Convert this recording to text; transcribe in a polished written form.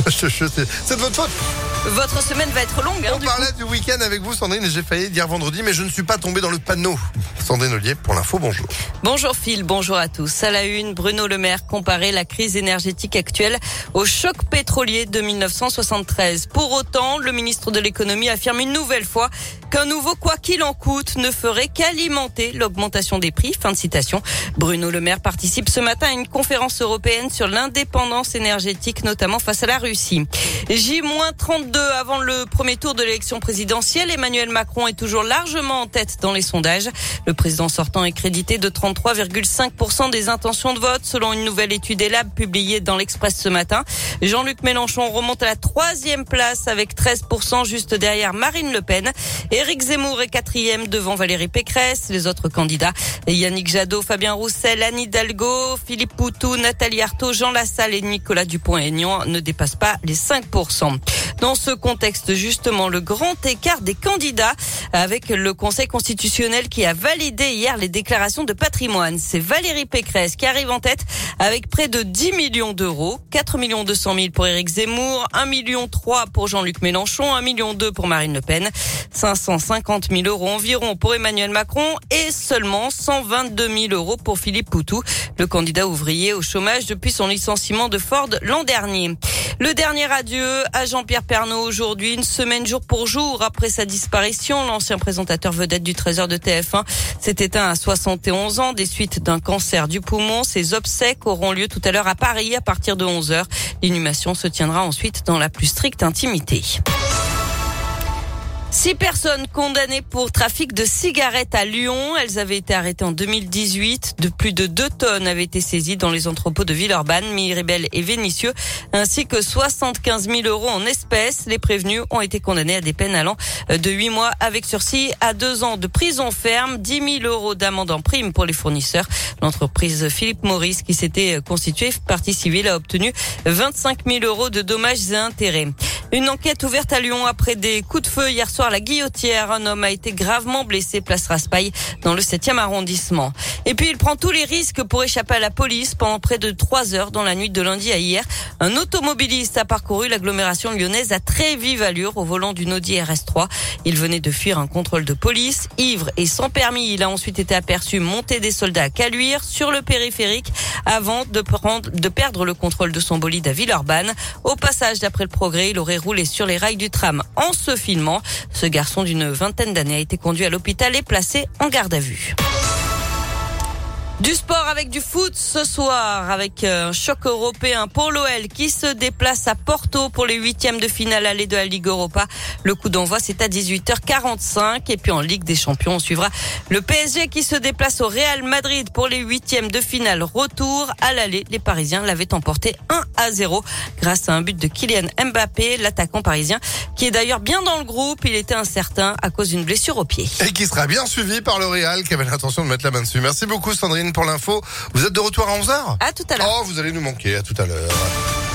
C'est de votre faute. Votre semaine va être longue. On parlait du week-end avec vous, Sandrine, et j'ai failli dire vendredi, mais je ne suis pas tombé dans le panneau. Sandrine Ollier pour l'info, bonjour. Bonjour Phil, bonjour à tous. À la une, Bruno Le Maire comparait la crise énergétique actuelle au choc pétrolier de 1973. Pour autant, le ministre de l'économie affirme une nouvelle fois qu'un nouveau quoi qu'il en coûte ne ferait qu'alimenter l'augmentation des prix. Fin de citation. Bruno Le Maire participe ce matin à une conférence européenne sur l'indépendance énergétique, notamment face à la Russie. J-32 avant le premier tour de l'élection présidentielle. Emmanuel Macron est toujours largement en tête dans les sondages. Le président sortant est crédité de 33,5% des intentions de vote, selon une nouvelle étude ELAB publiée dans l'Express ce matin. Jean-Luc Mélenchon remonte à la 3e place avec 13%, juste derrière Marine Le Pen. Éric Zemmour est 4e devant Valérie Pécresse. Les autres candidats, Yannick Jadot, Fabien Roussel, Anne Hidalgo, Philippe Poutou, Nathalie Arthaud, Jean Lassalle et Nicolas Dupont-Aignan ne dépassent pas les 5%. Dans ce contexte, justement, le grand écart des candidats avec le Conseil constitutionnel qui a validé hier les déclarations de patrimoine. C'est Valérie Pécresse qui arrive en tête avec près de 10 millions d'euros. 4,2 millions pour Éric Zemmour, 1,3 million pour Jean-Luc Mélenchon, 1,2 million pour Marine Le Pen, 550 000 euros environ pour Emmanuel Macron et seulement 122 000 euros pour Philippe Poutou, le candidat ouvrier au chômage depuis son licenciement de Ford l'an dernier. Le dernier adieu à Jean-Pierre Pernaut aujourd'hui, une semaine jour pour jour après sa disparition. L'ancien présentateur vedette du Trésor de TF1 s'est éteint à 71 ans des suites d'un cancer du poumon. Ses obsèques auront lieu tout à l'heure à Paris à partir de 11h. L'inhumation se tiendra ensuite dans la plus stricte intimité. 6 personnes condamnées pour trafic de cigarettes à Lyon. Elles avaient été arrêtées en 2018. De plus de 2 tonnes avaient été saisies dans les entrepôts de Villeurbanne, Miribel et Vénissieux, ainsi que 75 000 euros en espèces. Les prévenus ont été condamnés à des peines allant de 8 mois avec sursis à 2 ans de prison ferme, 10 000 euros d'amende en prime pour les fournisseurs. L'entreprise Philippe Maurice, qui s'était constituée partie civile, a obtenu 25 000 euros de dommages et intérêts. Une enquête ouverte à Lyon après des coups de feu hier soir à la Guillotière. Un homme a été gravement blessé place Raspail dans le 7e arrondissement. Et puis il prend tous les risques pour échapper à la police pendant près de 3 heures dans la nuit de lundi à hier. Un automobiliste a parcouru l'agglomération lyonnaise à très vive allure au volant d'une Audi RS3. Il venait de fuir un contrôle de police. Ivre et sans permis, il a ensuite été aperçu monter des soldats à Caluire sur le périphérique avant de perdre le contrôle de son bolide à Villeurbanne. Au passage, d'après le Progrès, il aurait roulé sur les rails du tram en se filmant. Ce garçon d'une vingtaine d'années a été conduit à l'hôpital et placé en garde à vue. Du sport avec du foot ce soir, avec un choc européen pour l'OL qui se déplace à Porto pour les 8e de finale aller de la Ligue Europa. Le coup d'envoi, c'est à 18h45. Et puis en Ligue des Champions, on suivra le PSG qui se déplace au Real Madrid pour les 8e de finale retour. À l'aller, les Parisiens l'avaient emporté 1-0 grâce à un but de Kylian Mbappé, l'attaquant parisien qui est d'ailleurs bien dans le groupe. Il était incertain à cause d'une blessure au pied. Et qui sera bien suivi par le Real qui avait l'intention de mettre la main dessus. Merci beaucoup Sandrine pour l'info. Vous êtes de retour à 11h ? À tout à l'heure. Oh, vous allez nous manquer. À tout à l'heure.